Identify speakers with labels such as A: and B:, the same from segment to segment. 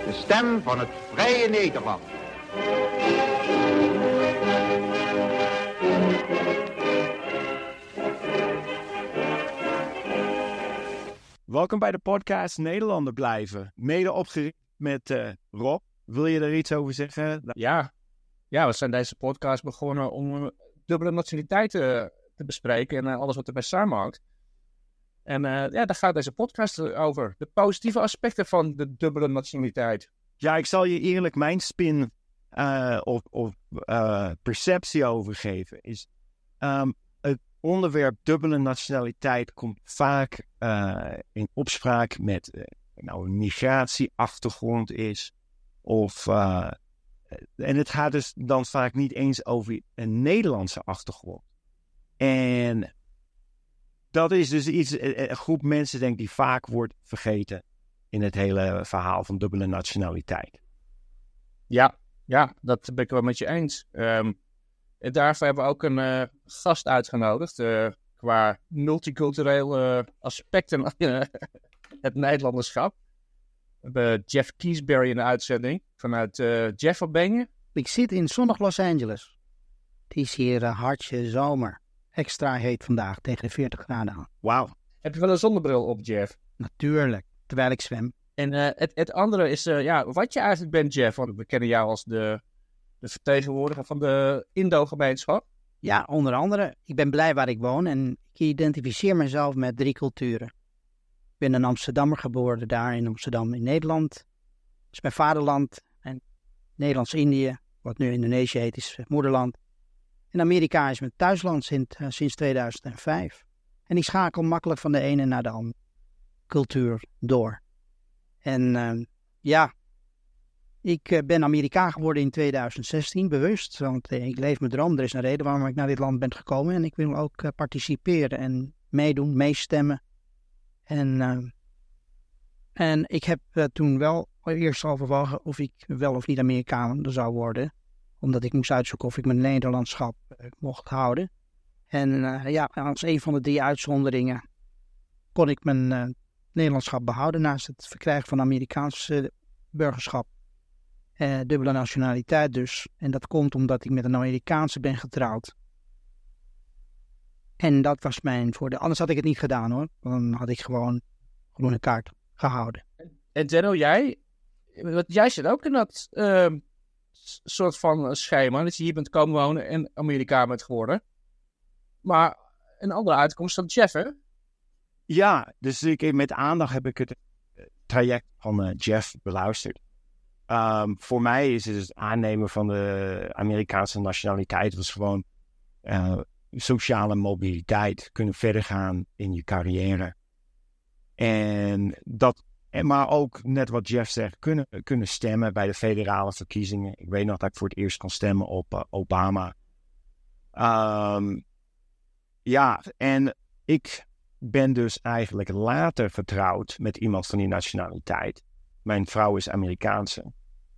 A: De stem van het Vrije Nederland.
B: Welkom bij de podcast Nederlander blijven. Mede opgericht met Rob. Wil je er iets over zeggen?
C: Ja, we zijn deze podcast begonnen om dubbele nationaliteiten te bespreken en alles wat erbij samenhangt. En daar gaat deze podcast over. De positieve aspecten van de dubbele nationaliteit.
B: Ja, ik zal je eerlijk mijn spin of perceptie over geven. Het onderwerp dubbele nationaliteit komt vaak in opspraak met een migratieachtergrond is. En het gaat dus dan vaak niet eens over een Nederlandse achtergrond. En dat is dus een groep mensen denk ik die vaak wordt vergeten in het hele verhaal van dubbele nationaliteit.
C: Ja, dat ben ik wel met je eens. En daarvoor hebben we ook een gast uitgenodigd qua multicultureel aspecten het Nederlanderschap. We hebben Jeff Kiesberry in de uitzending. Vanuit Jeff, wat ben je?
D: Ik zit in zonnig Los Angeles. Het is hier hartje zomer. Extra heet vandaag, tegen de 40 graden aan.
B: Wauw.
C: Heb je wel een zonnebril op, Jeff?
D: Natuurlijk, terwijl ik zwem.
C: En het andere is wat je eigenlijk bent, Jeff. Want we kennen jou als de vertegenwoordiger van de Indo-gemeenschap.
D: Ja, onder andere. Ik ben blij waar ik woon en ik identificeer mezelf met 3 culturen. Ik ben een Amsterdammer geboren, daar in Amsterdam in Nederland. Dat is mijn vaderland. En Nederlands-Indië, wat nu Indonesië heet, is moederland. En Amerika is mijn thuisland sinds 2005. En ik schakel makkelijk van de ene naar de andere cultuur door. En ik ben Amerikaan geworden in 2016, bewust. Want ik leef mijn droom. Er is een reden waarom ik naar dit land ben gekomen. En ik wil ook participeren en meedoen, meestemmen. En ik heb toen wel eerst overwogen of ik wel of niet Amerikaan zou worden. Omdat ik moest uitzoeken of ik mijn Nederlandschap mocht houden. En als een van de 3 uitzonderingen kon ik mijn Nederlandschap behouden naast het verkrijgen van Amerikaans burgerschap. Dubbele nationaliteit dus. En dat komt omdat ik met een Amerikaanse ben getrouwd. En dat was mijn voordeel. Anders had ik het niet gedaan hoor. Dan had ik gewoon groene kaart gehouden.
C: En Denno, jij zit ook in dat soort van schema. Dat je hier bent komen wonen en Amerikaan bent geworden. Maar een andere uitkomst dan Jeff, hè?
B: Ja, dus met aandacht heb ik het traject van Jeff beluisterd. Voor mij is het aannemen van de Amerikaanse nationaliteit was gewoon sociale mobiliteit. Kunnen verder gaan in je carrière. Maar ook, net wat Jeff zegt, kunnen stemmen bij de federale verkiezingen. Ik weet nog dat ik voor het eerst kon stemmen op Obama. En ik ben dus eigenlijk later getrouwd met iemand van die nationaliteit. Mijn vrouw is Amerikaanse.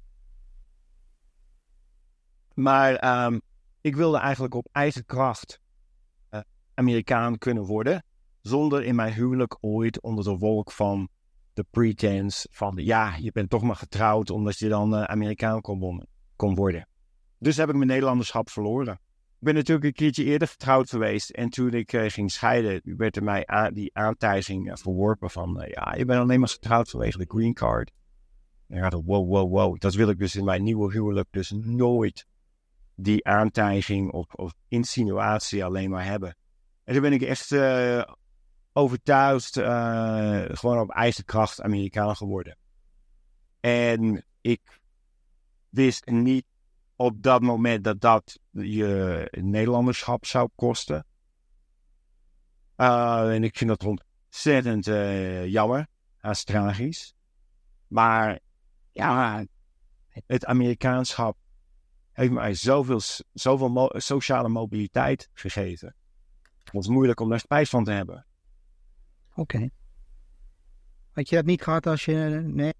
B: Maar ik wilde eigenlijk op eigen kracht Amerikaan kunnen worden. Zonder in mijn huwelijk ooit onder de wolk van de pretense van je bent toch maar getrouwd omdat je dan Amerikaan kon worden. Dus heb ik mijn Nederlanderschap verloren. Ik ben natuurlijk een keertje eerder getrouwd geweest. En toen ik ging scheiden, werd er mij die aantijging verworpen van je bent alleen maar getrouwd vanwege de green card. En ik dacht, wow. Dat wil ik dus in mijn nieuwe huwelijk dus nooit die aantijging of insinuatie alleen maar hebben. En toen ben ik echt overtuigd gewoon op eigen kracht Amerikaan geworden. En ik wist niet op dat moment dat je Nederlanderschap zou kosten. En ik vind dat ontzettend jammer. Haast tragisch. Maar het Amerikaanschap heeft mij zoveel sociale mobiliteit gegeven. Het is moeilijk om daar spijt van te hebben.
D: Oké. Had je dat niet gehad als je... Nee.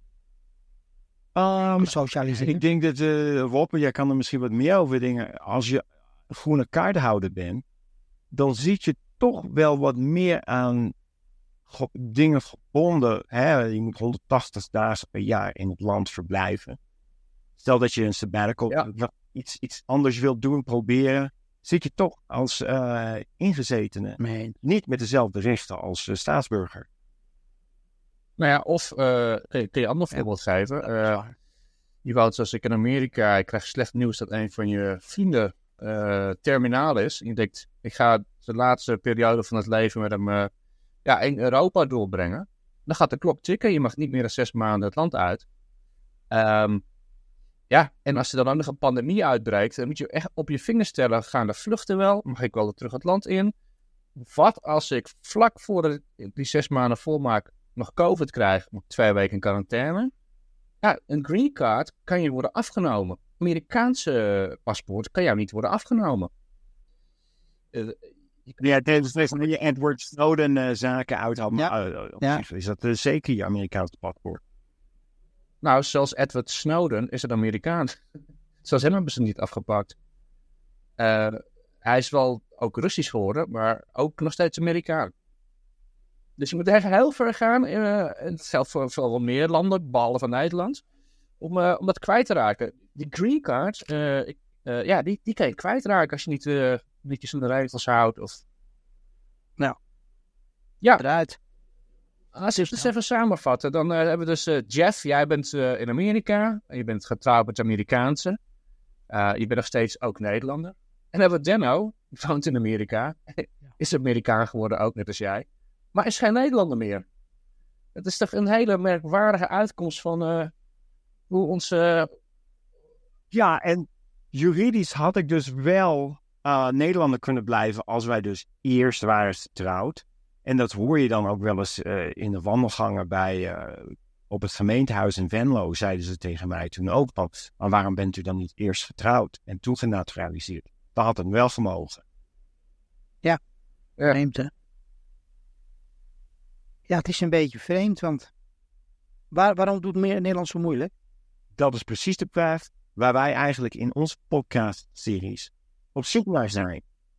D: Socialiseren?
B: Ik denk dat, Rob, jij kan er misschien wat meer over dingen. Als je groene kaarthouder bent, dan zie je toch wel wat meer aan dingen gebonden. Hè? Je moet 180 dagen per jaar in het land verblijven. Stel dat je een sabbatical, iets anders wilt doen, proberen. Zit je toch als ingezetene niet met dezelfde rechten als staatsburger.
C: Nou ja, of kun je een ander voorbeeld geven. Je woont zoals ik in Amerika, je krijgt slecht nieuws dat een van je vrienden terminaal is. En je denkt, ik ga de laatste periode van het leven met hem in Europa doorbrengen. Dan gaat de klok tikken, je mag niet meer dan 6 maanden het land uit. En als er dan ook nog een pandemie uitbreekt, dan moet je echt op je vingers stellen, gaan de vluchten wel? Mag ik wel terug het land in? Wat als ik vlak voor die 6 maanden volmaak nog COVID krijg, moet 2 weken in quarantaine? Ja, een green card kan je worden afgenomen. Amerikaanse paspoort kan jou niet worden afgenomen.
B: Het is van je Edward Snowden zaken uithalen. Is dat zeker je Amerikaanse paspoort?
C: Nou, zoals Edward Snowden is het Amerikaans. Zoals hem hebben ze niet afgepakt. Hij is wel ook Russisch geworden, maar ook nog steeds Amerikaan. Dus je moet echt heel ver gaan. Het geldt voor wel meer landen, behalve Nederland. Om dat kwijt te raken. Die green card, die kan je kwijtraken als je niet netjes aan de regels houdt. Of...
D: Nou,
C: ja.
D: Eruit.
C: Als ik het even samenvatten, dan hebben we dus Jeff, jij bent in Amerika. En je bent getrouwd met Amerikaanse. Je bent nog steeds ook Nederlander. En dan hebben we Denno, die woont in Amerika. Is Amerikaan geworden, ook net als jij. Maar is geen Nederlander meer. Het is toch een hele merkwaardige uitkomst van hoe onze...
B: Ja, en juridisch had ik dus wel Nederlander kunnen blijven als wij dus eerst waren getrouwd. En dat hoor je dan ook wel eens in de wandelgangen op het gemeentehuis in Venlo, zeiden ze tegen mij toen ook. Maar waarom bent u dan niet eerst getrouwd en toen genaturaliseerd? Dat had het wel gemogen.
D: Ja, vreemd hè? Ja, het is een beetje vreemd, want waarom doet Nederland zo moeilijk?
B: Dat is precies de vraag waar wij eigenlijk in onze podcast-series op zoek naar zijn.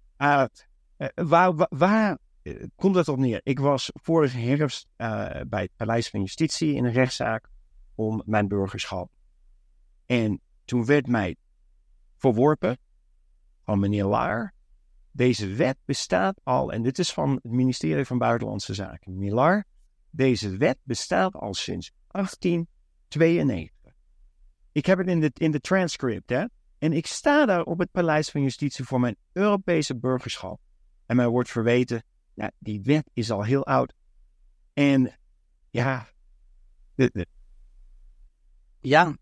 B: Waar komt het op neer? Ik was vorige herfst bij het Paleis van Justitie in een rechtszaak om mijn burgerschap. En toen werd mij verworpen van meneer Laar. Deze wet bestaat al, en dit is van het ministerie van Buitenlandse Zaken. Meneer Laar, deze wet bestaat al sinds 1892. Ik heb het in de transcript, hè. En ik sta daar op het Paleis van Justitie voor mijn Europese burgerschap. En mij wordt verweten, ja, die wet is al heel oud. En ja...
D: Ja.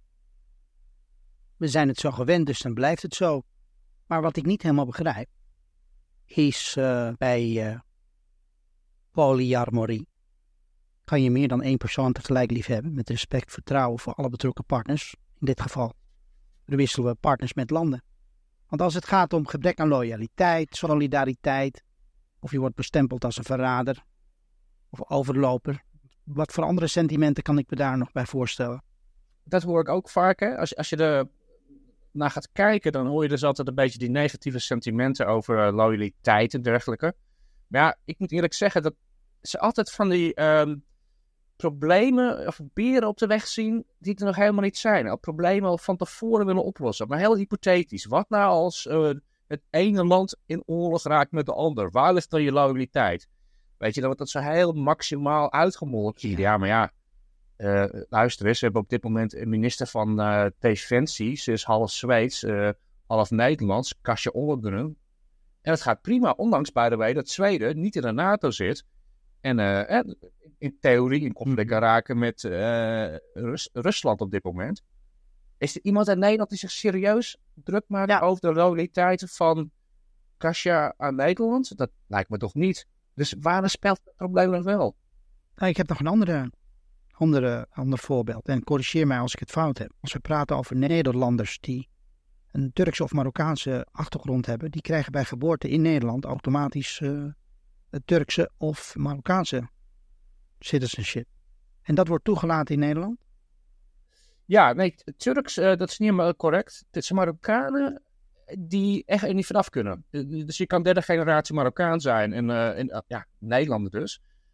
D: We zijn het zo gewend, dus dan blijft het zo. Maar wat ik niet helemaal begrijp, is bij polyamorie kan je meer dan 1 persoon tegelijk lief hebben, met respect, vertrouwen voor alle betrokken partners. In dit geval wisselen we partners met landen. Want als het gaat om gebrek aan loyaliteit, solidariteit, of je wordt bestempeld als een verrader of overloper, wat voor andere sentimenten kan ik me daar nog bij voorstellen?
C: Dat hoor ik ook vaak, hè. Als je er naar gaat kijken, dan hoor je dus altijd een beetje die negatieve sentimenten over loyaliteit en dergelijke. Maar ja, ik moet eerlijk zeggen dat ze altijd van die problemen of beren op de weg zien die er nog helemaal niet zijn. Al problemen al van tevoren willen oplossen. Maar heel hypothetisch. Wat nou als het ene land in oorlog raakt met de ander? Waar ligt dan je loyaliteit? Weet je, dan wordt dat zo heel maximaal uitgemolkt. Ja, maar ja. Luister eens, we hebben op dit moment een minister van Defensie. Ze is half Zweeds, half Nederlands, Kasia Ollongren. En het gaat prima, ondanks by the way dat Zweden niet in de NATO zit. En in theorie in conflict kan raken met Rusland op dit moment. Is er iemand in Nederland die zich serieus druk maakt over de loyaliteiten van Kasia aan Nederland? Dat lijkt me toch niet. Dus waar speelt het probleem nog wel?
D: Nou, ik heb nog een ander voorbeeld. En corrigeer mij als ik het fout heb. Als we praten over Nederlanders die een Turkse of Marokkaanse achtergrond hebben, die krijgen bij geboorte in Nederland automatisch het Turkse of Marokkaanse citizenship. En dat wordt toegelaten in Nederland?
C: Ja, nee, Turks, dat is niet helemaal correct. Het zijn Marokkanen die echt er niet vanaf kunnen. Dus je kan 3e generatie Marokkaan zijn en Nederlander dus.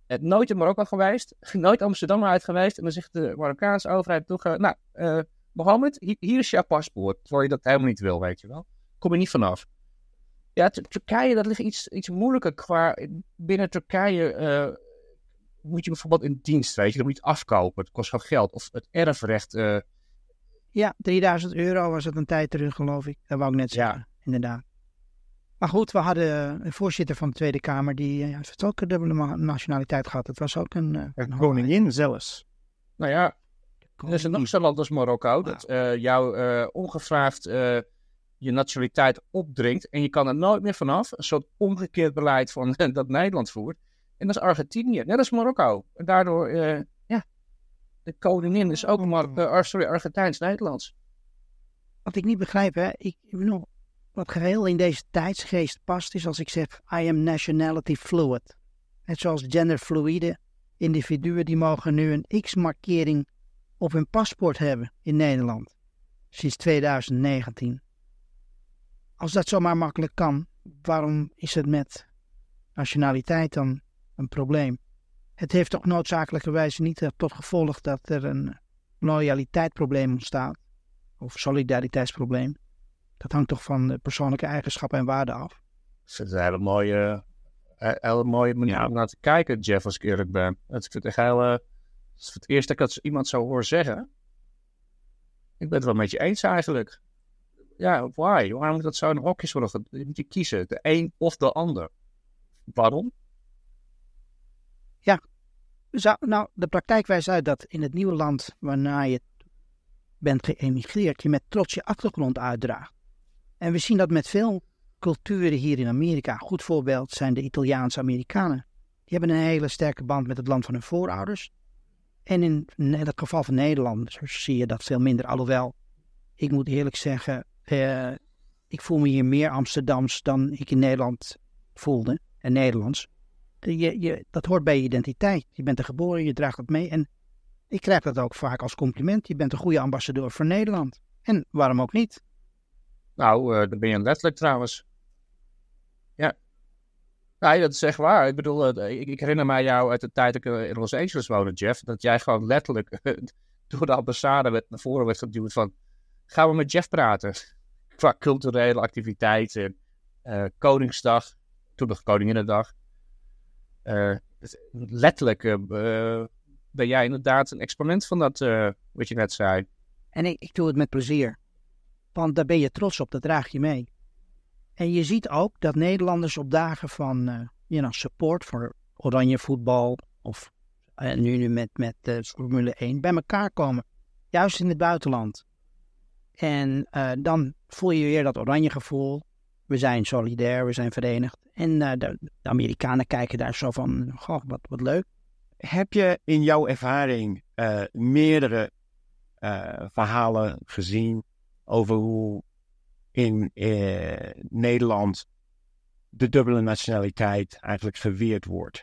C: Nooit in Marokko geweest. Nooit Amsterdam uit geweest. En dan zegt de Marokkaanse overheid toch... Mohammed, hier is jouw paspoort. Terwijl je dat helemaal niet wil, weet je wel. Kom je niet vanaf. Ja, Turkije, dat ligt iets moeilijker. Binnen Turkije moet je bijvoorbeeld in dienst, weet je. Dat moet je afkopen. Het kost gewoon geld. Of het erfrecht.
D: Ja, €3000 was het een tijd terug, geloof ik. Dat wou ik net zeggen, inderdaad. Maar goed, we hadden een voorzitter van de Tweede Kamer die heeft ook een dubbele nationaliteit gehad. Het was ook een
B: koningin zelfs.
C: Nou ja, er is nog zo'n land als Marokko dat jou ongevraagd je nationaliteit opdringt en je kan er nooit meer vanaf. Een soort omgekeerd beleid van dat Nederland voert. En dat is Argentinië, net als Marokko. En daardoor, de koningin is ook Argentijns-Nederlands.
D: Wat ik niet begrijp, hè, wat geheel in deze tijdsgeest past, is als ik zeg, I am nationality fluid. Net zoals genderfluïde individuen, die mogen nu een X-markering op hun paspoort hebben in Nederland. Sinds 2019. Als dat zomaar makkelijk kan, waarom is het met nationaliteit dan een probleem? Het heeft toch noodzakelijkerwijs niet tot gevolg dat er een loyaliteitsprobleem ontstaat. Of solidariteitsprobleem. Dat hangt toch van de persoonlijke eigenschappen en waarden af.
C: Ik vind het een hele mooie manier om naar te kijken, Jeff, als ik eerlijk ben. Ik vind het echt het is voor het eerst dat ik dat iemand zou horen zeggen. Ik ben het wel met je eens eigenlijk. Ja, why? Waarom moet dat zo in hokjes worden? Je moet je kiezen, de een of de ander. Waarom?
D: Ja, de praktijk wijst uit dat in het nieuwe land waarna je bent geëmigreerd, je met trots je achtergrond uitdraagt. En we zien dat met veel culturen hier in Amerika. Een goed voorbeeld zijn de Italiaanse Amerikanen. Die hebben een hele sterke band met het land van hun voorouders. En in het geval van Nederland zie je dat veel minder. Alhoewel, ik moet eerlijk zeggen, ik voel me hier meer Amsterdams dan ik in Nederland voelde. En Nederlands. Dat hoort bij je identiteit. Je bent er geboren, je draagt het mee. En ik krijg dat ook vaak als compliment. Je bent een goede ambassadeur voor Nederland. En waarom ook niet?
C: Nou, dan ben je letterlijk trouwens. Ja. Nee, dat is echt waar. Ik bedoel, ik herinner mij jou uit de tijd dat ik in Los Angeles woonde, Jeff. Dat jij gewoon letterlijk door de ambassade naar voren werd geduwd van... Gaan we met Jeff praten? Qua culturele activiteiten. Koningsdag. Toen nog Koninginnedag. Letterlijk ben jij inderdaad een exponent van dat, wat je net zei.
D: En ik doe het met plezier. Want daar ben je trots op, dat draag je mee. En je ziet ook dat Nederlanders op dagen van support voor oranje voetbal of nu met Formule 1 bij elkaar komen. Juist in het buitenland. En dan voel je weer dat oranje gevoel. We zijn solidair, we zijn verenigd. En de Amerikanen kijken daar zo van, goh, wat leuk.
B: Heb je in jouw ervaring meerdere verhalen gezien over hoe in Nederland de dubbele nationaliteit eigenlijk geweerd wordt?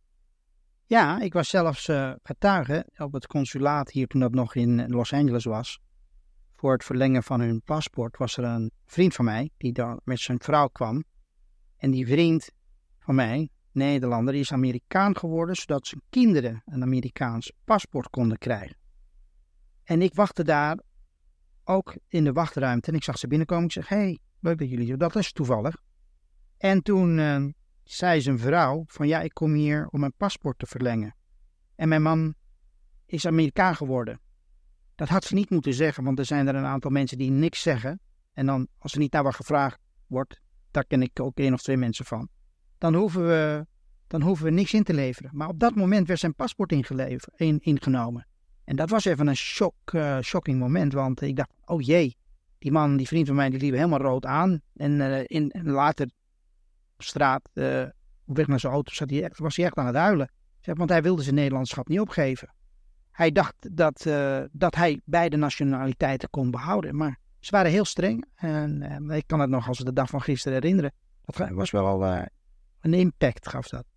D: Ja, ik was zelfs getuige op het consulaat hier toen dat nog in Los Angeles was. Voor het verlengen van hun paspoort was er een vriend van mij die daar met zijn vrouw kwam. En die vriend van mij, Nederlander, die is Amerikaan geworden zodat zijn kinderen een Amerikaans paspoort konden krijgen. En ik wachtte daar ook in de wachtruimte en ik zag ze binnenkomen. Ik zeg, hey, leuk dat jullie, dat is toevallig. En toen zei zijn vrouw van ja, ik kom hier om mijn paspoort te verlengen. En mijn man is Amerikaan geworden. Dat had ze niet moeten zeggen, want er zijn er een aantal mensen die niks zeggen. En dan, als er niet naar wat gevraagd wordt, daar ken ik ook 1 of 2 mensen van. Dan hoeven we niks in te leveren. Maar op dat moment werd zijn paspoort ingenomen. En dat was even een shocking moment, want ik dacht, oh jee, die vriend van mij, die liep helemaal rood aan. En later op straat, op weg naar zijn auto, was hij echt aan het huilen. Want hij wilde zijn Nederlandschap niet opgeven. Hij dacht dat hij beide nationaliteiten kon behouden, maar ze waren heel streng. En ik kan het nog als de dag van gisteren herinneren. Dat was wel een impact, gaf dat.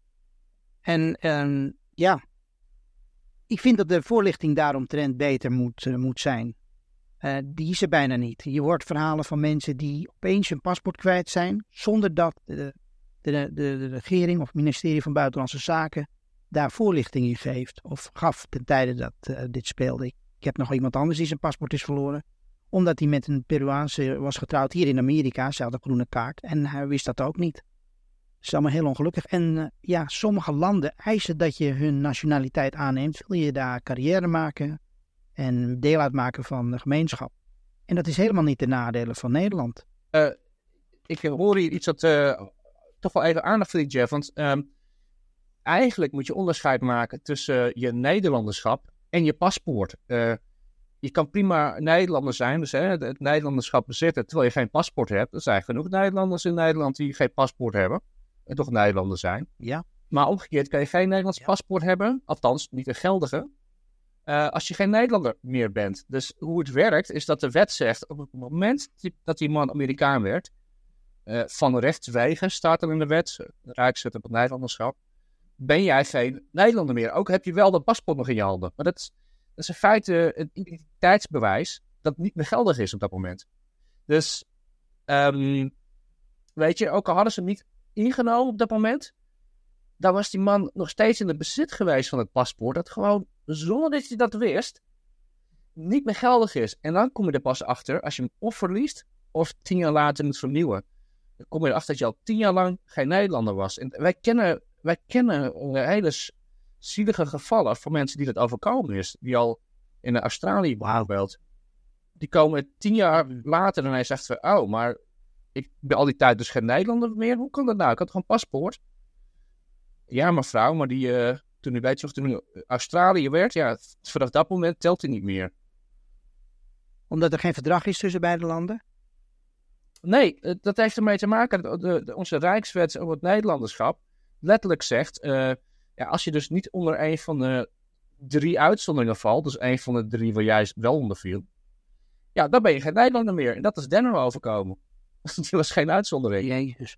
D: En ja, ik vind dat de voorlichting daaromtrent beter moet zijn. Die is er bijna niet. Je hoort verhalen van mensen die opeens hun paspoort kwijt zijn, zonder dat de regering of het ministerie van Buitenlandse Zaken daar voorlichting in geeft of gaf ten tijde dat dit speelde. Ik heb nog iemand anders die zijn paspoort is verloren, omdat hij met een Peruaanse was getrouwd hier in Amerika, ze had een groene kaart en hij wist dat ook niet. Het is allemaal heel ongelukkig. En sommige landen eisen dat je hun nationaliteit aanneemt. Wil je daar carrière maken en deel uitmaken van de gemeenschap. En dat is helemaal niet de nadelen van Nederland.
C: Ik hoor hier iets dat toch wel even aandacht verdient, Jeff. Want eigenlijk moet je onderscheid maken tussen je Nederlanderschap en je paspoort. Je kan prima Nederlander zijn, dus het Nederlanderschap bezitten terwijl je geen paspoort hebt. Er zijn genoeg Nederlanders in Nederland die geen paspoort hebben. En toch Nederlander zijn.
D: Ja.
C: Maar omgekeerd kan je geen Nederlands paspoort hebben, althans niet een geldige, als je geen Nederlander meer bent. Dus hoe het werkt is dat de wet zegt, op het moment dat die man Amerikaan werd, van rechtswege staat er in de wet, Rijkswet op het Nederlanderschap, ben jij geen Nederlander meer. Ook heb je wel dat paspoort nog in je handen. Maar dat is in feite een identiteitsbewijs dat niet meer geldig is op dat moment. Dus, weet je, ook al hadden ze hem niet ingenomen op dat moment, dan was die man nog steeds in het bezit geweest van het paspoort, dat gewoon, zonder dat hij dat wist, niet meer geldig is. En dan kom je er pas achter, als je hem of verliest, of 10 jaar later moet vernieuwen. Dan kom je erachter dat je al 10 jaar lang geen Nederlander was. En wij kennen hele zielige gevallen van mensen die dat overkomen is. Die al in Australië bijvoorbeeld. Die komen 10 jaar later en hij zegt van, oh, maar ik ben al die tijd dus geen Nederlander meer. Hoe kan dat nou? Ik had gewoon een paspoort. Ja, mevrouw, maar toen u weet of toen u Australië werd, vanaf dat moment telt hij niet meer.
D: Omdat er geen verdrag is tussen beide landen?
C: Nee, dat heeft ermee te maken dat onze Rijkswet op het Nederlanderschap letterlijk zegt, als je dus niet onder een van de 3 uitzonderingen valt, dus een van de 3 waar jij wel onder viel, dan ben je geen Nederlander meer. En dat is Denner overkomen. Die was geen uitzondering.
D: Jezus.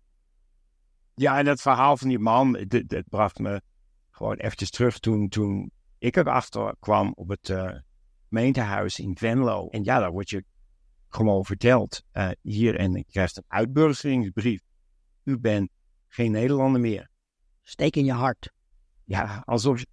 B: Ja, en dat verhaal van die man, dat bracht me gewoon eventjes terug toen ik erachter kwam op het gemeentehuis in Venlo. En daar word je gewoon verteld, hier en je krijgt een uitburgeringsbrief. U bent geen Nederlander meer.
D: Steek in je hart.
B: Ja, alsof je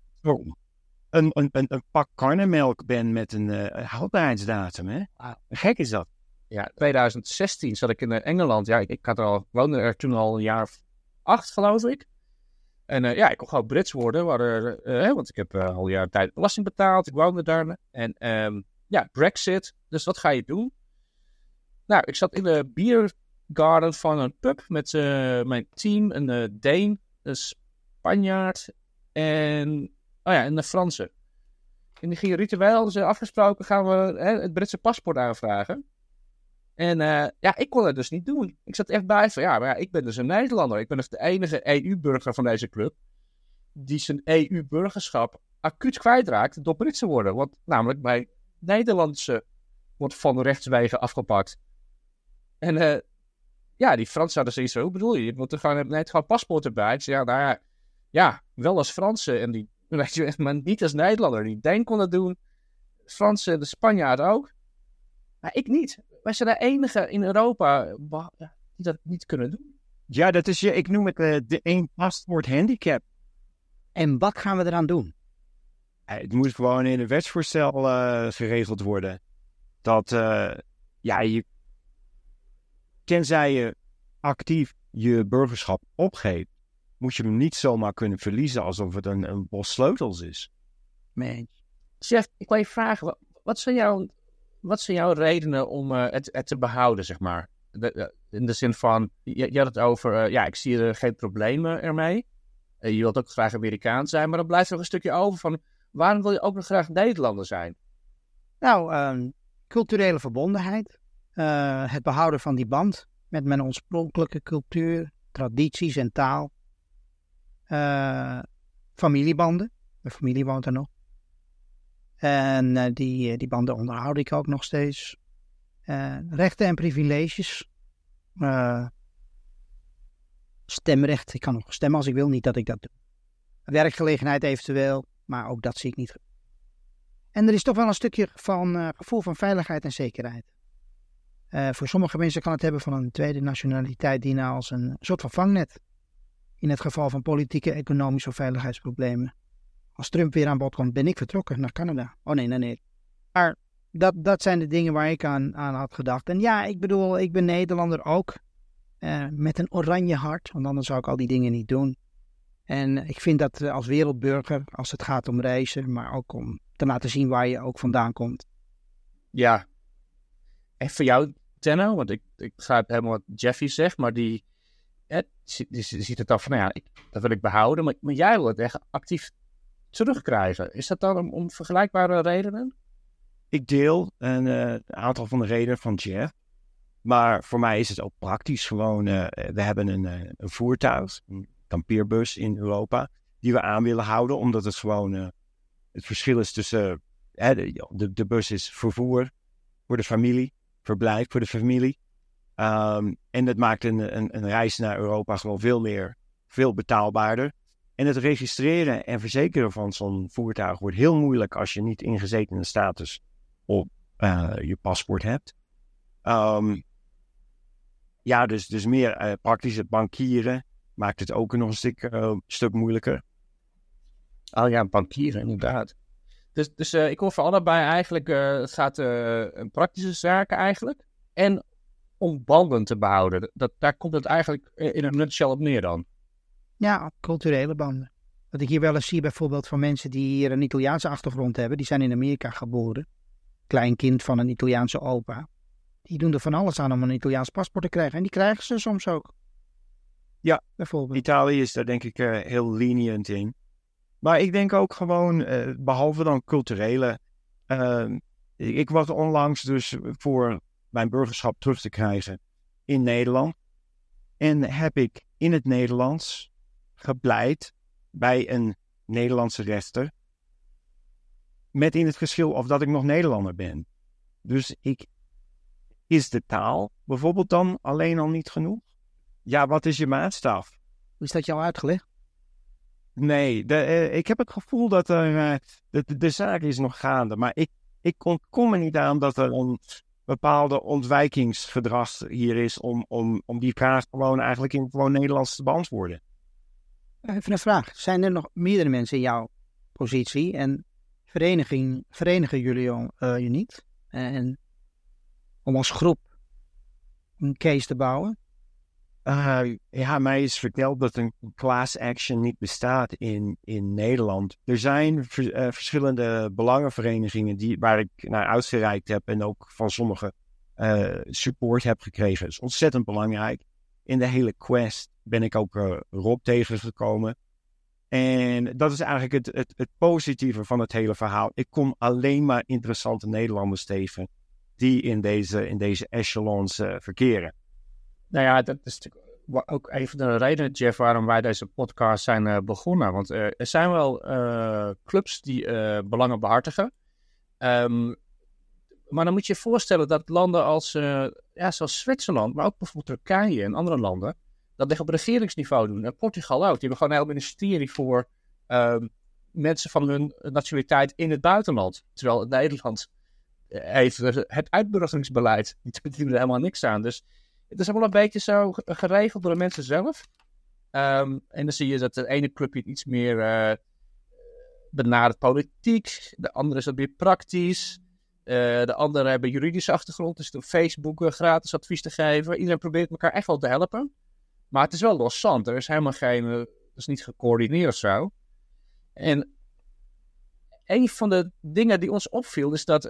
B: een pak karnemelk bent met een houdbaarheidsdatum, hè?
D: Wow.
B: Gek is dat.
C: Ja, 2016 zat ik in Engeland. Ja, ik woonde er toen al een jaar of 8, geloof ik. En ik kon gewoon Brits worden, want ik heb al een jaar tijd belasting betaald. Ik woonde daar. En Brexit. Dus wat ga je doen? Nou, ik zat in de biergarden van een pub met mijn team. Een Deen, een Spanjaard en een Franse. En die gingen ritueel, dus afgesproken gaan we het Britse paspoort aanvragen. En ik kon het dus niet doen. Ik zat echt bij van, maar ik ben dus een Nederlander. Ik ben dus de enige EU-burger van deze club die zijn EU-burgerschap acuut kwijtraakt door Brits te worden. Want namelijk mijn Nederlandse wordt van rechtswege afgepakt. En die Fransen hadden zoiets van, hoe bedoel je? Je moet er gewoon paspoort erbij. Ik zei, wel als Fransen en die, weet je, maar niet als Nederlander. Die Deen kon het doen, Fransen, de Spanjaarden ook. Maar ik niet. Wij zijn de enige in Europa die dat niet kunnen doen.
B: Ja, dat is ik noem het de één paspoort handicap.
D: En wat gaan we eraan doen?
B: Het moet gewoon in een wetsvoorstel geregeld worden. Dat tenzij je actief je burgerschap opgeeft, moet je hem niet zomaar kunnen verliezen alsof het een bos sleutels is.
D: Nee.
C: Chef, ik wil je vragen, wat zijn jouw redenen om het te behouden, zeg maar? In de zin van, je had het over, ik zie er geen problemen ermee. Je wilt ook graag Amerikaan zijn, maar dan blijft er nog een stukje over van, waarom wil je ook nog graag Nederlander zijn?
D: Nou, culturele verbondenheid. Het behouden van die band met mijn oorspronkelijke cultuur, tradities en taal. Familiebanden. Mijn familie woont er nog. En die banden onderhoud ik ook nog steeds. Rechten en privileges. Stemrecht. Ik kan nog stemmen als ik wil. Niet dat ik dat doe. Werkgelegenheid eventueel. Maar ook dat zie ik niet. En er is toch wel een stukje van gevoel van veiligheid en zekerheid. Voor sommige mensen kan het hebben van een tweede nationaliteit dienen als een soort van vangnet. in het geval van politieke, economische of veiligheidsproblemen. Als Trump weer aan bod komt, ben ik vertrokken naar Canada. Oh nee. Maar dat zijn de dingen waar ik aan had gedacht. En ja, ik bedoel, ik ben Nederlander ook. Met een oranje hart, want anders zou ik al die dingen niet doen. En ik vind dat als wereldburger, als het gaat om reizen, maar ook om te laten zien waar je ook vandaan komt.
C: Ja. En voor jou, Tenno, want ik begrijp helemaal wat Jeffy zegt, maar die ziet het dan van, nou ja, dat wil ik behouden, maar jij wil het echt actief terugkrijgen. Is dat dan om vergelijkbare redenen?
B: Ik deel een aantal van de redenen van Jeff. Maar voor mij is het ook praktisch gewoon. We hebben een voertuig, een kampeerbus in Europa, die we aan willen houden. Omdat het gewoon het verschil is tussen. De bus is vervoer voor de familie, verblijf voor de familie. En dat maakt een reis naar Europa gewoon veel betaalbaarder. En het registreren en verzekeren van zo'n voertuig wordt heel moeilijk als je niet ingezetene status op je paspoort hebt. Dus meer praktisch. Het bankieren maakt het ook nog een stuk moeilijker.
C: Oh ja, bankieren, inderdaad. Dus ik hoor voor allebei eigenlijk, het gaat een praktische zaken eigenlijk. En om banden te behouden. Daar komt het eigenlijk in een nutshell op neer dan.
D: Ja, culturele banden. Wat ik hier wel eens zie bijvoorbeeld van mensen die hier een Italiaanse achtergrond hebben. Die zijn in Amerika geboren. Klein kind van een Italiaanse opa. Die doen er van alles aan om een Italiaans paspoort te krijgen. En die krijgen ze soms ook.
B: Ja,
D: bijvoorbeeld.
B: Italië is daar denk ik heel lenient in. Maar ik denk ook gewoon, behalve dan culturele. Ik was onlangs dus voor mijn burgerschap terug te krijgen in Nederland. En heb ik in het Nederlands gepleit bij een Nederlandse rechter. Met in het verschil of dat ik nog Nederlander ben. Dus is de taal bijvoorbeeld dan alleen al niet genoeg? Ja, wat is je maatstaf?
D: Hoe is dat jou uitgelegd?
B: Nee, ik heb het gevoel dat de zaak is nog gaande. Maar ik kom er niet aan dat er een bepaalde ontwijkingsgedrag hier is om die vraag gewoon eigenlijk in gewoon Nederlands te beantwoorden.
D: Even een vraag. Zijn er nog meerdere mensen in jouw positie en verenigen jullie je niet? En om als groep een case te bouwen?
B: Mij is verteld dat een class action niet bestaat in Nederland. Er zijn verschillende belangenverenigingen waar ik naar uitgereikt heb en ook van sommige support heb gekregen. Dat is ontzettend belangrijk. In de hele quest ben ik ook Rob tegengekomen. En dat is eigenlijk het positieve van het hele verhaal. Ik kom alleen maar interessante Nederlanders tegen die in deze echelons verkeren.
C: Nou ja, dat is natuurlijk ook een van de redenen, Jeff, waarom wij deze podcast zijn begonnen. Want er zijn wel clubs die belangen behartigen. Maar dan moet je je voorstellen dat landen als zoals Zwitserland, maar ook bijvoorbeeld Turkije en andere landen, dat liggen op regeringsniveau doen. En Portugal ook. Die hebben gewoon een heel ministerie voor mensen van hun nationaliteit in het buitenland. Terwijl Nederland heeft het uitburgeringsbeleid. Die doen er helemaal niks aan. Dus het is allemaal een beetje zo geregeld door de mensen zelf. En dan zie je dat de ene clubje iets meer benadert politiek. De andere is wat meer praktisch. De anderen hebben juridische achtergrond. Dus op Facebook gratis advies te geven. Iedereen probeert elkaar echt wel te helpen. Maar het is wel loszand. Er is helemaal geen... Het is niet gecoördineerd of zo. En een van de dingen die ons opviel is dat...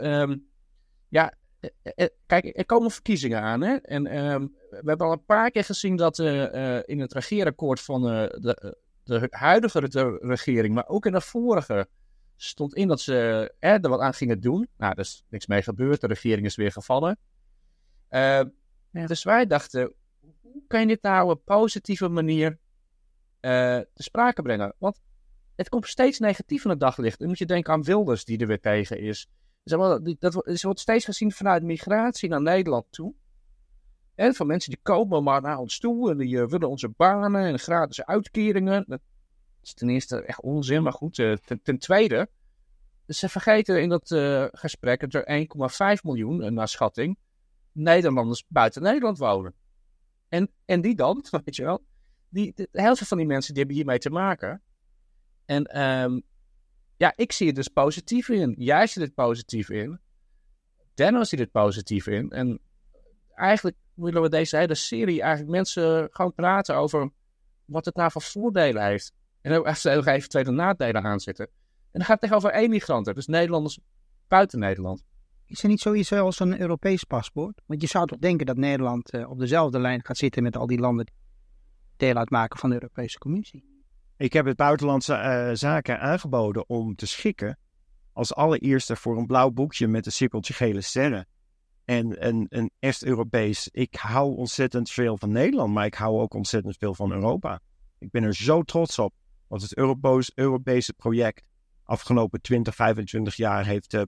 C: kijk, er komen verkiezingen aan. Hè? En we hebben al een paar keer gezien dat in het regeerakkoord van de huidige regering, maar ook in de vorige, stond in dat ze er wat aan gingen doen. Nou, er is niks mee gebeurd. De regering is weer gevallen. Dus wij dachten, hoe kan je dit nou op een positieve manier te sprake brengen? Want het komt steeds negatief in het daglicht. Dan moet je denken aan Wilders die er weer tegen is. Dat wordt steeds gezien vanuit migratie naar Nederland toe. En van mensen die komen maar naar ons toe en die willen onze banen en gratis uitkeringen. Dat is ten eerste echt onzin, maar goed. Ten tweede, ze vergeten in dat gesprek dat er 1,5 miljoen, naar schatting, Nederlanders buiten Nederland wonen. En die dan, weet je wel, heel veel van die mensen die hebben hiermee te maken. En ik zie het dus positief in. Jij ziet het positief in. Denno ziet het positief in. En eigenlijk willen we deze hele serie eigenlijk mensen gewoon praten over wat het nou voor voordelen heeft. En ook even tweede nadelen aanzetten. En dan gaat het echt over emigranten, dus Nederlanders buiten Nederland.
D: Is er niet zoiets als een Europees paspoort? Want je zou toch denken dat Nederland op dezelfde lijn gaat zitten met al die landen die deel uitmaken van de Europese Commissie.
B: Ik heb het Buitenlandse Zaken aangeboden om te schikken als allereerste voor een blauw boekje met een cirkeltje gele sterren. En een echt Europees. Ik hou ontzettend veel van Nederland, maar ik hou ook ontzettend veel van Europa. Ik ben er zo trots op wat het Europese project afgelopen 20, 25 jaar heeft.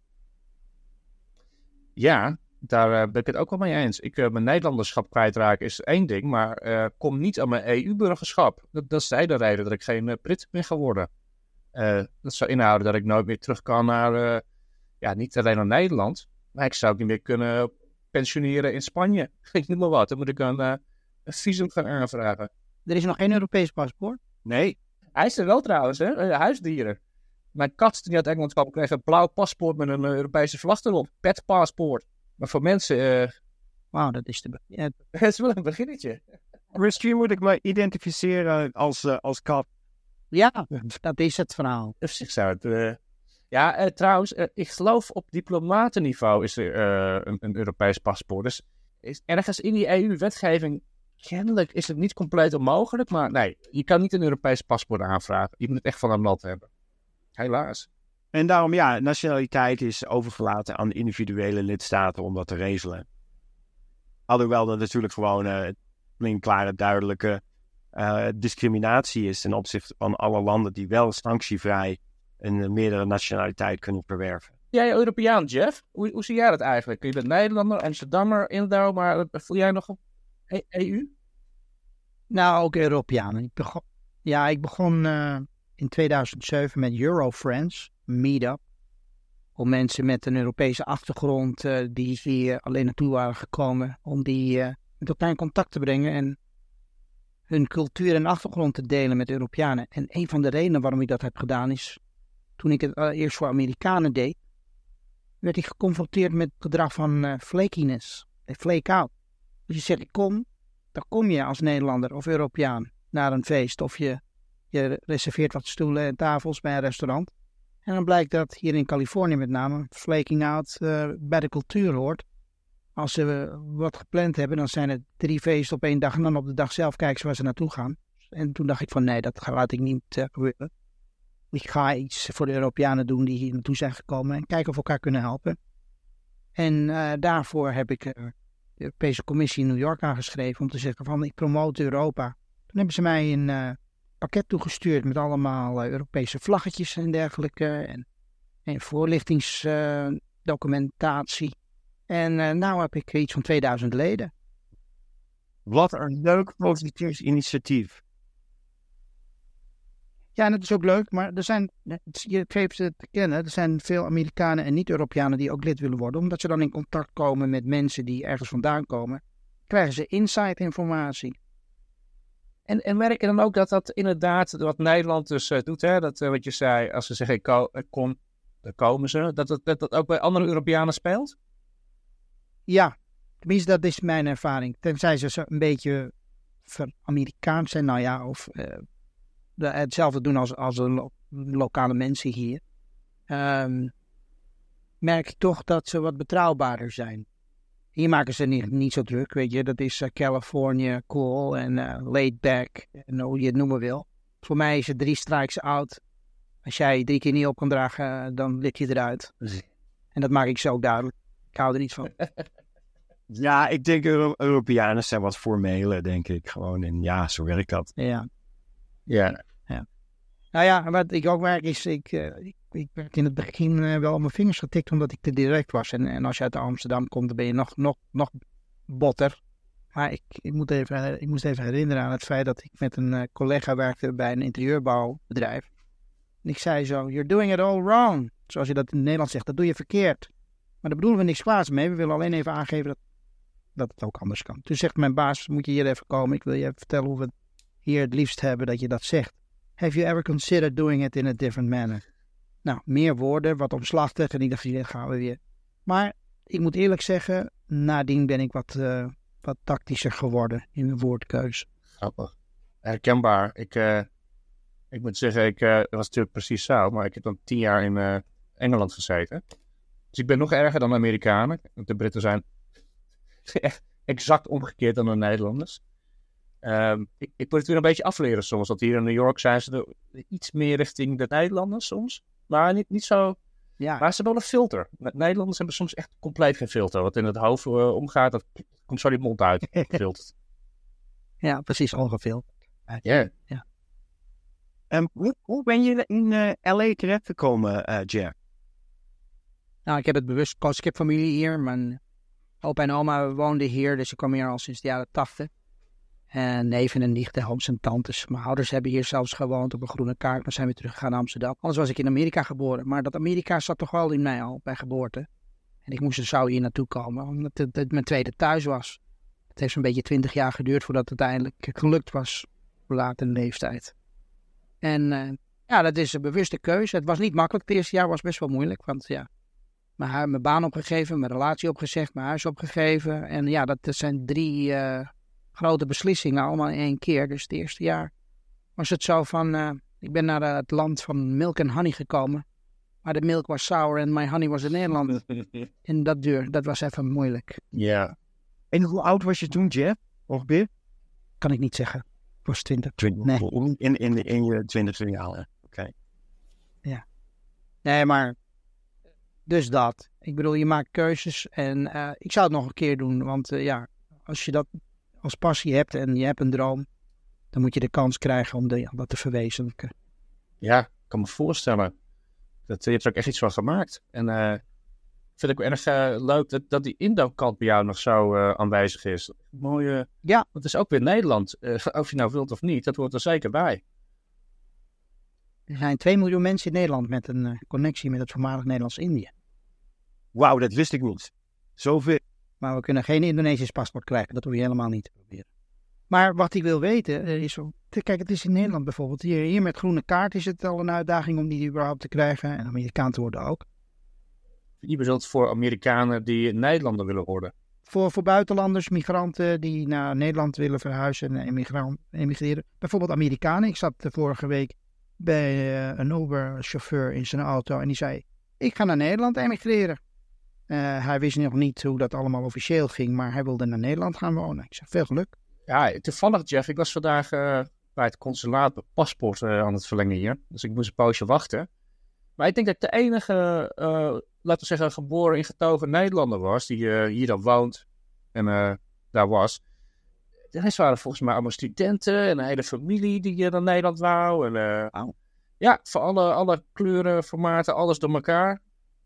C: Ja, daar ben ik het ook wel mee eens. Mijn Nederlanderschap kwijtraken is één ding, maar kom niet aan mijn EU-burgerschap. Dat is de hele reden dat ik geen Brit ben geworden. Dat zou inhouden dat ik nooit meer terug kan naar, niet alleen naar Nederland, maar ik zou ook niet meer kunnen pensioneren in Spanje. Ik noem maar wat, dan moet ik een visum gaan aanvragen.
D: Er is nog geen Europees paspoort?
B: Nee.
C: Hij is er wel trouwens, hè? Huisdieren. Mijn kat die uit Engeland kwam, kreeg een blauw paspoort met een Europese vlag erop. Pet paspoort. Maar voor mensen...
D: Wauw, dat is
C: het is wel een beginnetje.
B: Misschien moet ik me identificeren als kat.
D: Ja, dat is het verhaal.
C: Of zich zou het... trouwens, ik geloof op diplomatenniveau is er een Europees paspoort. Dus is ergens in die EU-wetgeving... Kennelijk is het niet compleet onmogelijk, maar nee, je kan niet een Europees paspoort aanvragen. Je moet het echt van een land hebben. Helaas.
B: En daarom, nationaliteit is overgelaten aan individuele lidstaten om dat te regelen. Alhoewel er natuurlijk gewoon klare, duidelijke discriminatie is ten opzichte van alle landen die wel sanctievrij een meerdere nationaliteit kunnen verwerven.
C: Jij Europeaan, Jeff? Hoe zie jij dat eigenlijk? Je bent Nederlander, Amsterdammer, Indo, maar voel jij nog op EU?
D: Nou, ook Europeanen. Ik begon in 2007 met Eurofriends, meetup. Om mensen met een Europese achtergrond die hier alleen naartoe waren gekomen, om die met elkaar in contact te brengen en hun cultuur en achtergrond te delen met Europeanen. En een van de redenen waarom ik dat heb gedaan is, toen ik het eerst voor Amerikanen deed, werd ik geconfronteerd met het gedrag van flakiness, flake out. Dus je zegt, dan kom je als Nederlander of Europeaan naar een feest of je reserveert wat stoelen en tafels bij een restaurant. En dan blijkt dat hier in Californië met name flaking out bij de cultuur hoort. Als ze wat gepland hebben, dan zijn het 3 feesten op 1 dag en dan op de dag zelf kijken ze waar ze naartoe gaan. En toen dacht ik van nee, dat laat ik niet gebeuren. Ik ga iets voor de Europeanen doen die hier naartoe zijn gekomen en kijken of we elkaar kunnen helpen. En daarvoor heb ik de Europese Commissie in New York aangeschreven om te zeggen van ik promote Europa. Toen hebben ze mij een pakket toegestuurd met allemaal Europese vlaggetjes en dergelijke en voorlichtingsdocumentatie. En nou heb ik iets van 2000 leden.
B: Wat een leuk positief initiatief.
D: Ja, en het is ook leuk, maar je geeft het te kennen, er zijn veel Amerikanen en niet-Europeanen die ook lid willen worden. Omdat ze dan in contact komen met mensen die ergens vandaan komen, krijgen ze inside informatie.
C: En merk je dan ook dat inderdaad, wat Nederland dus doet, hè, dat wat je zei, als ze zeggen kom, dan komen ze, dat ook bij andere Europeanen speelt?
D: Ja, tenminste dat is mijn ervaring. Tenzij ze een beetje Amerikaans zijn, nou ja, of hetzelfde doen als de lokale mensen hier. Merk je toch dat ze wat betrouwbaarder zijn. Hier maken ze niet zo druk, weet je. Dat is California cool en laid back en hoe je het noemen wil. Voor mij is het 3 strikes out. Als jij 3 keer niet op kan dragen, dan lig je eruit. En dat maak ik zo ook duidelijk. Ik hou er niet van.
B: Ja, ik denk Europeanen zijn wat formeler, denk ik. Gewoon, en ja, zo werkt dat.
D: Ja.
C: Nou
D: ja, wat ik ook merk is, ik werd in het begin wel op mijn vingers getikt omdat ik te direct was. En als je uit Amsterdam komt, dan ben je nog botter. Maar ik moest even herinneren aan het feit dat ik met een collega werkte bij een interieurbouwbedrijf. En ik zei zo, you're doing it all wrong. Zoals je dat in het Nederlands zegt, dat doe je verkeerd. Maar daar bedoelen we niks kwaads mee. We willen alleen even aangeven dat het ook anders kan. Toen zegt mijn baas, moet je hier even komen. Ik wil je even vertellen hoe we het hier het liefst hebben dat je dat zegt. Have you ever considered doing it in a different manner? Nou, meer woorden, wat omslachtig en ik dacht, hier gaan we weer. Maar ik moet eerlijk zeggen, nadien ben ik wat tactischer geworden in de woordkeuze.
C: Grappig. Herkenbaar. Ik moet zeggen, ik was natuurlijk precies zo, maar ik heb dan 10 jaar in Engeland gezeten. Dus ik ben nog erger dan de Amerikanen. Want de Britten zijn echt exact omgekeerd dan de Nederlanders. Ik moet het weer een beetje afleren soms. Want hier in New York zijn ze er iets meer richting de Nederlanders soms. Maar niet zo.
D: Ja.
C: Maar ze hebben wel een filter. Nederlanders hebben soms echt compleet geen filter. Wat in het hoofd omgaat, dat komt zo die mond uit. Filtert.
D: Ja, precies, ongefilterd.
C: Yeah.
D: Ja.
B: Hoe ben je in L.A. terechtgekomen, Jack?
D: Nou, ik heb het bewust gekozen. Ik heb familie hier. Mijn opa en oma woonden hier, dus ik kwam hier al sinds de jaren 80. En neven en nichten, ooms en tantes. Mijn ouders hebben hier zelfs gewoond op een groene kaart, maar zijn weer teruggegaan naar Amsterdam. Anders was ik in Amerika geboren. Maar dat Amerika zat toch wel in mij al, bij geboorte. En ik zou hier naartoe komen, omdat het mijn tweede thuis was. Het heeft zo'n beetje 20 jaar geduurd voordat het uiteindelijk gelukt was. Op latere leeftijd. En dat is een bewuste keuze. Het was niet makkelijk. Het eerste jaar was best wel moeilijk. Want ja, mijn baan opgegeven, mijn relatie opgezegd, mijn huis opgegeven. En ja, dat zijn 3 grote beslissingen allemaal in 1 keer. Dus het eerste jaar was het zo van, ik ben naar het land van milk en honey gekomen. Maar de milk was sour en my honey was in Nederland. En dat was even moeilijk.
C: Ja.
B: En hoe oud was je toen, Jeff? Ongeveer?
D: Kan ik niet zeggen. Ik was 20.
B: 20.
D: Nee.
B: In je 20e jaar. Oké.
D: Ja. Nee, maar dus dat. Ik bedoel, je maakt keuzes en ik zou het nog een keer doen. Want als je dat als passie hebt en je hebt een droom, dan moet je de kans krijgen om dat te verwezenlijken.
C: Ja, ik kan me voorstellen. Je hebt er ook echt iets van gemaakt. En ik vind het ook erg leuk dat die Indo-kant bij jou nog zo aanwezig is. Mooie.
D: Ja.
C: Dat is ook weer Nederland. Of je nou wilt of niet, dat hoort er zeker bij.
D: Er zijn 2 miljoen mensen in Nederland met een connectie met het voormalig Nederlands-Indië.
B: Wauw, dat wist ik niet. Zoveel.
D: Maar we kunnen geen Indonesisch paspoort krijgen. Dat hoef je helemaal niet te proberen. Maar wat ik wil weten is... Kijk, het is in Nederland bijvoorbeeld. Hier met groene kaart is het al een uitdaging om die überhaupt te krijgen. En Amerikaan te worden ook.
C: Je bedoelt voor Amerikanen die Nederlander willen worden.
D: Voor buitenlanders, migranten die naar Nederland willen verhuizen en emigreren. Bijvoorbeeld Amerikanen. Ik zat vorige week bij een Uber-chauffeur in zijn auto. En die zei, ik ga naar Nederland emigreren. Hij wist nog niet hoe dat allemaal officieel ging, maar hij wilde naar Nederland gaan wonen. Ik zei, veel geluk.
C: Ja, toevallig Jeff, ik was vandaag bij het consulaat mijn paspoort aan het verlengen hier. Dus ik moest een poosje wachten. Maar ik denk dat ik de enige, laten we zeggen, geboren en getogen Nederlander was, die hier dan woont en daar was. De rest waren volgens mij allemaal studenten en een hele familie die naar Nederland wou. En, ja, voor alle kleuren, formaten, alles door elkaar.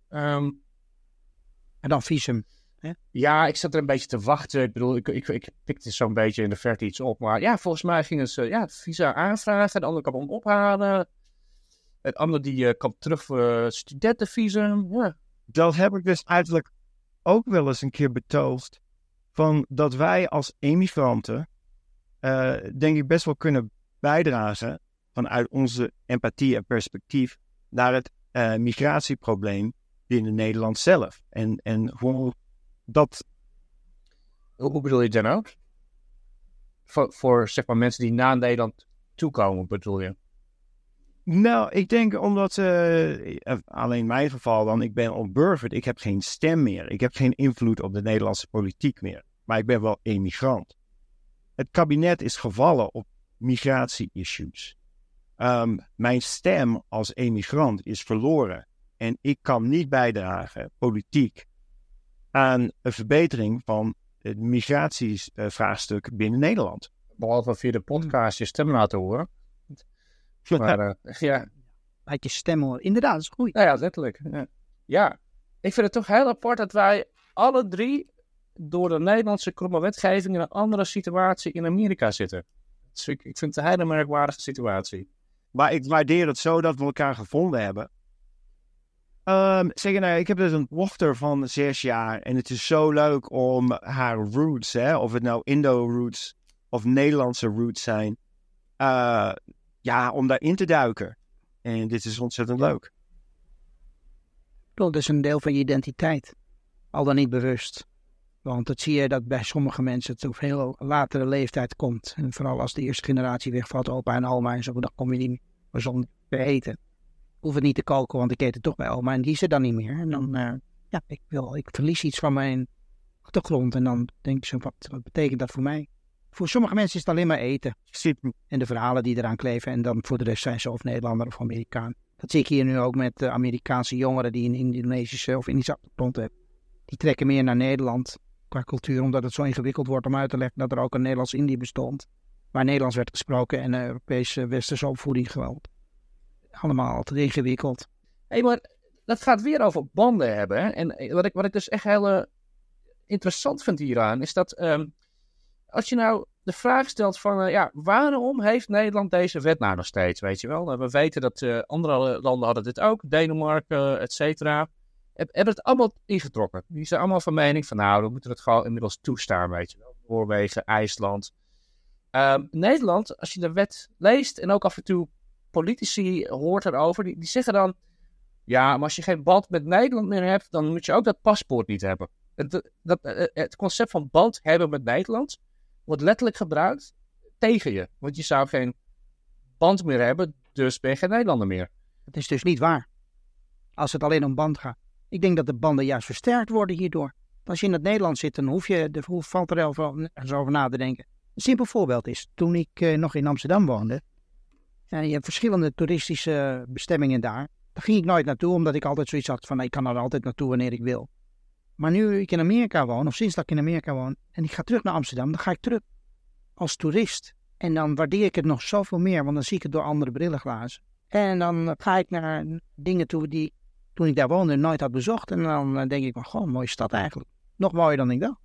D: En dan visum. Hè?
C: Ja, ik zat er een beetje te wachten. Ik bedoel, ik pikte zo'n beetje in de verte iets op. Maar ja, volgens mij gingen ze visa aanvragen. De andere kan hem ophalen. Het andere die kwam terug voor studentenvisum. Ja.
B: Dat heb ik dus eigenlijk ook wel eens een keer betoogd. Van dat wij als emigranten, denk ik, best wel kunnen bijdragen vanuit onze empathie en perspectief naar het migratieprobleem binnen Nederland zelf. En hoe dat...
C: Hoe bedoel je het dan ook? Voor zeg maar mensen die naar Nederland toekomen, bedoel je?
B: Nou, ik denk omdat, alleen mijn geval dan, ik ben ontburgerd. Ik heb geen stem meer. Ik heb geen invloed op de Nederlandse politiek meer. Maar ik ben wel emigrant. Het kabinet is gevallen op migratie-issues. Mijn stem als emigrant is verloren. En ik kan niet bijdragen, politiek, aan een verbetering van het migratievraagstuk binnen Nederland.
C: Behalve via de podcast je stem laten horen. Maar ja.
D: Laat je stem horen. Inderdaad, dat is goed.
C: Nou ja, letterlijk. Ja, ik vind het toch heel apart dat wij alle 3 door de Nederlandse kromme wetgeving in een andere situatie in Amerika zitten. Dus ik vind het een hele merkwaardige situatie.
B: Maar ik waardeer het zo dat we elkaar gevonden hebben. Ik heb dus een dochter van 6 jaar en het is zo leuk om haar roots, of het nou Indo-roots of Nederlandse roots zijn, om daarin te duiken. En dit is ontzettend leuk.
D: Dat is een deel van je identiteit. Al dan niet bewust. Want dat zie je dat bij sommige mensen het op heel latere leeftijd komt. En vooral als de eerste generatie wegvalt, opa en oma en zo, dan kom je niet meer zonder te eten. Hoef het niet te koken, want ik eet het toch bij oma en die is er dan niet meer. En dan, ik verlies iets van mijn achtergrond en dan denk ik zo, wat betekent dat voor mij? Voor sommige mensen is het alleen maar eten. En de verhalen die eraan kleven en dan voor de rest zijn ze of Nederlander of Amerikaan. Dat zie ik hier nu ook met Amerikaanse jongeren die een Indonesische of Indische achtergrond hebben. Die trekken meer naar Nederland qua cultuur, omdat het zo ingewikkeld wordt om uit te leggen dat er ook een Nederlands-Indië bestond. Waar Nederlands werd gesproken en Europese westerse opvoeding gewoon. Allemaal altijd ingewikkeld.
C: Maar dat gaat weer over banden hebben. Hè? En wat ik dus echt heel interessant vind hieraan, is dat als je nou de vraag stelt van, waarom heeft Nederland deze wet nou nog steeds, weet je wel? We weten dat andere landen hadden dit ook, Denemarken, et cetera. Hebben het allemaal ingetrokken. Die zijn allemaal van mening van, we moeten het gewoon inmiddels toestaan, weet je wel. Noorwegen, IJsland. Nederland, als je de wet leest en ook af en toe politici hoort erover, die zeggen dan, maar als je geen band met Nederland meer hebt, dan moet je ook dat paspoort niet hebben. Het concept van band hebben met Nederland wordt letterlijk gebruikt tegen je. Want je zou geen band meer hebben, dus ben je geen Nederlander meer.
D: Dat is dus niet waar. Als het alleen om band gaat. Ik denk dat de banden juist versterkt worden hierdoor. Als je in het Nederland zit, dan valt er nergens over na te denken. Een simpel voorbeeld is, toen ik nog in Amsterdam woonde, je hebt verschillende toeristische bestemmingen daar. Daar ging ik nooit naartoe, omdat ik altijd zoiets had van, ik kan er altijd naartoe wanneer ik wil. Maar nu ik in Amerika woon, of sinds dat ik in Amerika woon, en ik ga terug naar Amsterdam, dan ga ik terug als toerist. En dan waardeer ik het nog zoveel meer, want dan zie ik het door andere brillenglazen. En dan ga ik naar dingen toe die, toen ik daar woonde, nooit had bezocht. En dan denk ik, goh, mooie stad eigenlijk. Nog mooier dan ik dacht.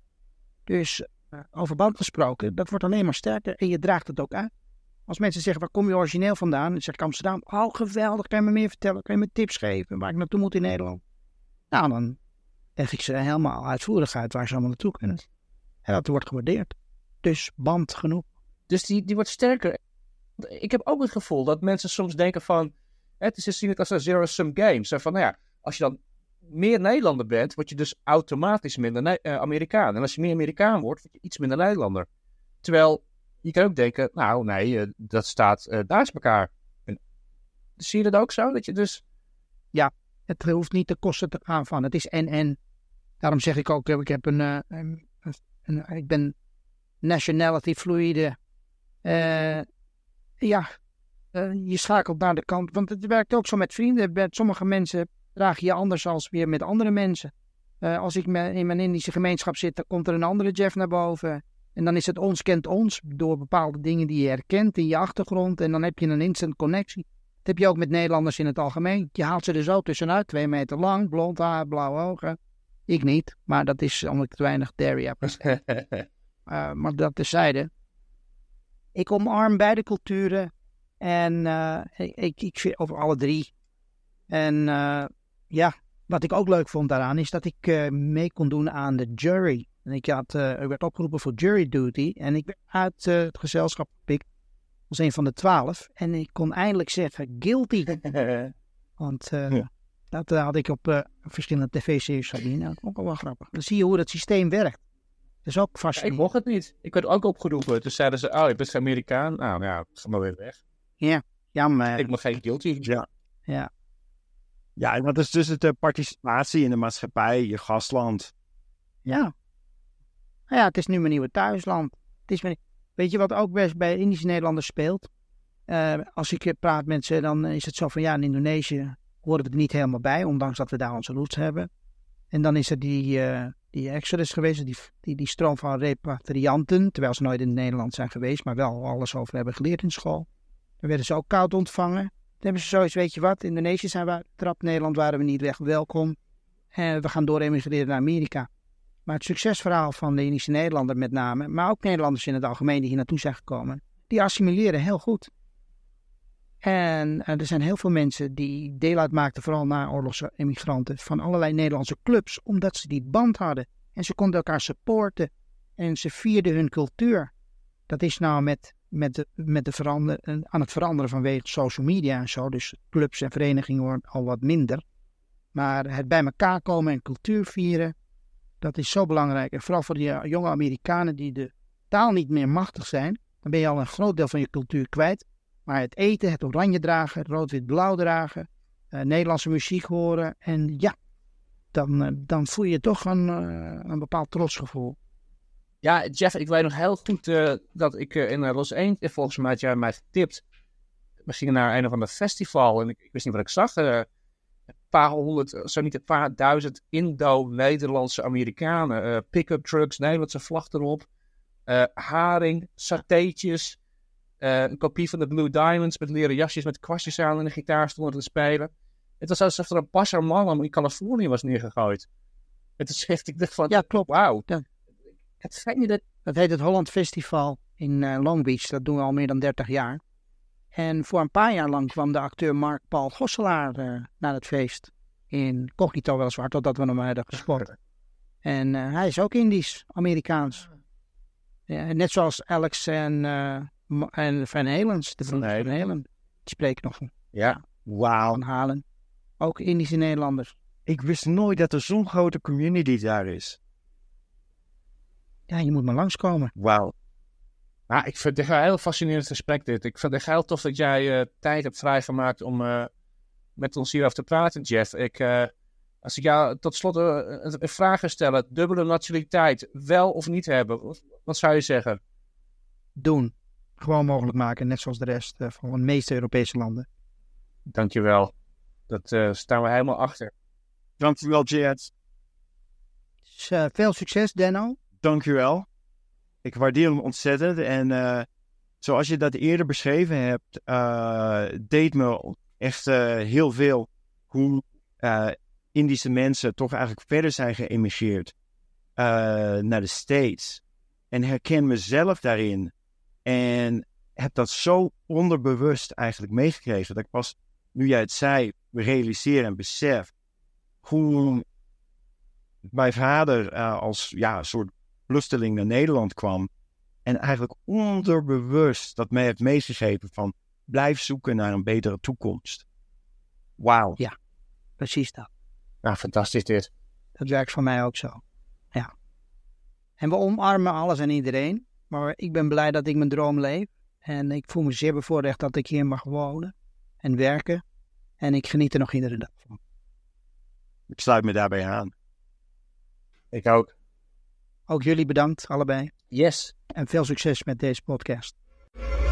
D: Dus over band gesproken, dat wordt alleen maar sterker en je draagt het ook uit. Als mensen zeggen, waar kom je origineel vandaan? Dan zeg ik Amsterdam, oh geweldig, kan je me meer vertellen? Kan je me tips geven waar ik naartoe moet in Nederland? Nou, dan leg ik ze helemaal uitvoerig uit waar ze allemaal naartoe kunnen. En dat wordt gewaardeerd. Dus band genoeg.
C: Dus die wordt sterker. Ik heb ook het gevoel dat mensen soms denken van, het is zien het als een zero-sum game. Zo van, als je dan meer Nederlander bent, word je dus automatisch minder Amerikaan. En als je meer Amerikaan wordt, word je iets minder Nederlander. Terwijl, je kan ook denken, dat staat naast elkaar. Zie je dat ook zo? Dat je dus...
D: Ja, het hoeft niet de kosten te gaan van. Het is en. Daarom zeg ik ook, ik ben nationality fluide. Je schakelt naar de kant. Want het werkt ook zo met vrienden. Met sommige mensen draag je anders als weer met andere mensen. Als ik in mijn Indische gemeenschap zit, dan komt er een andere Jeff naar boven. En dan is het ons kent ons door bepaalde dingen die je herkent in je achtergrond. En dan heb je een instant connectie. Dat heb je ook met Nederlanders in het algemeen. Je haalt ze er zo tussenuit, 2 meter lang, blond haar, blauwe ogen. Ik niet, maar dat is omdat ik te weinig dairy heb. Maar dat terzijde. Ik omarm beide culturen en ik vind over alle 3. En wat ik ook leuk vond daaraan is dat ik mee kon doen aan de jury. En ik werd opgeroepen voor jury duty en ik werd uit het gezelschap gepikt als een van de 12. En ik kon eindelijk zeggen guilty. Want dat had ik op verschillende tv-series gezien. Dat is ook wel grappig. Dan zie je hoe dat systeem werkt. Dat is ook fascinerend.
C: Ik mocht het niet. Ik werd ook opgeroepen. Toen zeiden ze, je bent Amerikaan. Nou ja, ga maar weer weg.
D: Ja, maar...
C: Ik mag geen guilty.
D: Ja.
B: Ja, en dat is dus de participatie in de maatschappij, je gastland.
D: Ja. Nou ja, het is nu mijn nieuwe thuisland. Weet je wat ook best bij Indische Nederlanders speelt? Als ik praat met ze, dan is het zo van, in Indonesië horen we er niet helemaal bij, ondanks dat we daar onze roots hebben. En dan is er die exodus geweest, die stroom van repatrianten, terwijl ze nooit in Nederland zijn geweest, maar wel alles over hebben geleerd in school. Dan werden ze ook koud ontvangen. Dan hebben ze zoiets, weet je wat, Indonesië zijn we uitgetrapt, Nederland waren we niet echt welkom. We gaan door emigreren naar Amerika. Maar het succesverhaal van de Indische Nederlander met name, maar ook Nederlanders in het algemeen die hier naartoe zijn gekomen, die assimileren heel goed. En er zijn heel veel mensen die deel uitmaakten, vooral na oorlogse emigranten, van allerlei Nederlandse clubs, omdat ze die band hadden. En ze konden elkaar supporten en ze vierden hun cultuur. Dat is nou met aan het veranderen vanwege social media en zo. Dus clubs en verenigingen worden al wat minder. Maar het bij elkaar komen en cultuur vieren, dat is zo belangrijk. En vooral voor die jonge Amerikanen die de taal niet meer machtig zijn, dan ben je al een groot deel van je cultuur kwijt. Maar het eten, het oranje dragen, het rood-wit-blauw dragen, Nederlandse muziek horen. En ja, dan voel je toch een bepaald trotsgevoel.
C: Ja, Jeff, ik weet nog heel goed dat ik in Los Angeles, volgens mij had jij mij getipt. We gingen naar een of ander festival en ik wist niet wat ik zag. Een paar honderd, zo niet een paar duizend Indo-Nederlandse Amerikanen. Pick-up trucks, Nederlandse vlag erop. Haring, satéetjes. Een kopie van de Blue Diamonds met leren jasjes met kwastjes aan en een gitaar stonden te spelen. Het was alsof er een passer man in Californië was neergegooid. Het is echt, ik dacht van,
D: Ja, klopt.
C: Wauw.
D: Ja.
C: Het feit niet dat...
D: Dat heet het Holland Festival in Long Beach. Dat doen we al meer dan 30 jaar. En voor een paar jaar lang kwam de acteur Mark Paul Gosselaar naar het feest. In Cognito weliswaar, totdat we hem hadden gespot. En hij is ook Indisch, Amerikaans. Ja, net zoals Alex en Van Halens. De vriend van Halen. Die spreken nog
C: Ja.
B: Wauw.
D: van Halen. Ook Indische Nederlanders.
B: Ik wist nooit dat er zo'n grote community daar is.
D: Ja, je moet maar langskomen.
B: Wauw.
C: Nou, ik vind het een heel fascinerend gesprek dit. Ik vind het heel tof dat jij tijd hebt vrijgemaakt om met ons hierover te praten, Jeff. Als ik jou tot slot een vraag ga stellen. Dubbele nationaliteit, wel of niet hebben? Wat zou je zeggen?
D: Doen. Gewoon mogelijk maken, net zoals de rest van de meeste Europese landen.
C: Dankjewel. Dat staan we helemaal achter.
B: Dankjewel, Jet.
D: Dus, veel succes, Denno.
B: Dankjewel. Ik waardeer hem ontzettend. En zoals je dat eerder beschreven hebt, deed me echt heel veel hoe Indische mensen toch eigenlijk verder zijn geëmigreerd naar de States. En herken mezelf daarin. En heb dat zo onderbewust eigenlijk meegekregen. Dat ik pas, nu jij het zei, realiseer en besef hoe mijn vader als een soort vluchteling naar Nederland kwam. En eigenlijk onderbewust dat mij heeft meegegeven van blijf zoeken naar een betere toekomst. Wauw.
D: Ja, precies dat.
C: Nou, fantastisch dit.
D: Dat werkt voor mij ook zo. Ja. En we omarmen alles en iedereen. Maar ik ben blij dat ik mijn droom leef. En ik voel me zeer bevoorrecht dat ik hier mag wonen en werken. En ik geniet er nog iedere dag van.
B: Ik sluit me daarbij aan.
C: Ik ook.
D: Ook jullie bedankt, allebei.
C: Yes.
D: En veel succes met deze podcast.